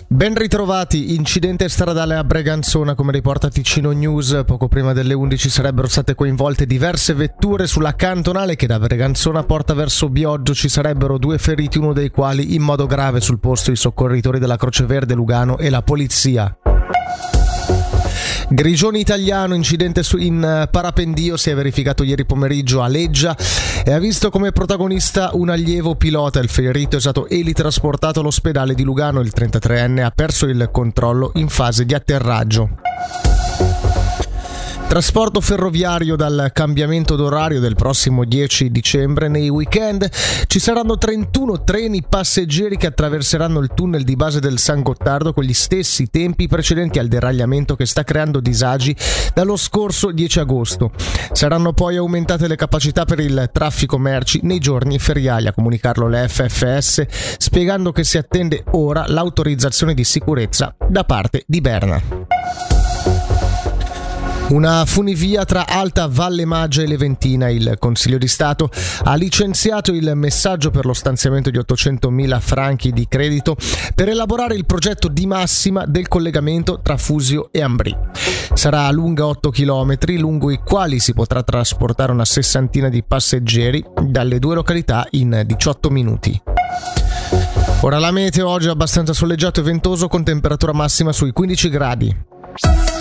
Ben ritrovati, incidente stradale a Breganzona, come riporta Ticino News. Poco prima delle 11 sarebbero state coinvolte diverse vetture sulla cantonale che da Breganzona porta verso Bioggio. Ci sarebbero 2 feriti, uno dei quali in modo grave. Sul posto i soccorritori della Croce Verde Lugano e la polizia. Grigioni Italiano, incidente in parapendio si è verificato ieri pomeriggio a Leggia e ha visto come protagonista un allievo pilota. Il ferito è stato elitrasportato all'ospedale di Lugano. Il 33enne ha perso il controllo in fase di atterraggio. Trasporto ferroviario: dal cambiamento d'orario del prossimo 10 dicembre nei weekend ci saranno 31 treni passeggeri che attraverseranno il tunnel di base del San Gottardo con gli stessi tempi precedenti al deragliamento che sta creando disagi dallo scorso 10 agosto. Saranno poi aumentate le capacità per il traffico merci nei giorni feriali, a comunicarlo le FFS, spiegando che si attende ora l'autorizzazione di sicurezza da parte di Berna. Una funivia tra Alta Valle Maggia e Leventina. Il Consiglio di Stato ha licenziato il messaggio per lo stanziamento di 800.000 franchi di credito per elaborare il progetto di massima del collegamento tra Fusio e Ambrì. Sarà lunga 8 km, lungo i quali si potrà trasportare una sessantina di passeggeri dalle 2 località in 18 minuti. Ora la meteo: oggi è abbastanza soleggiato e ventoso con temperatura massima sui 15 gradi.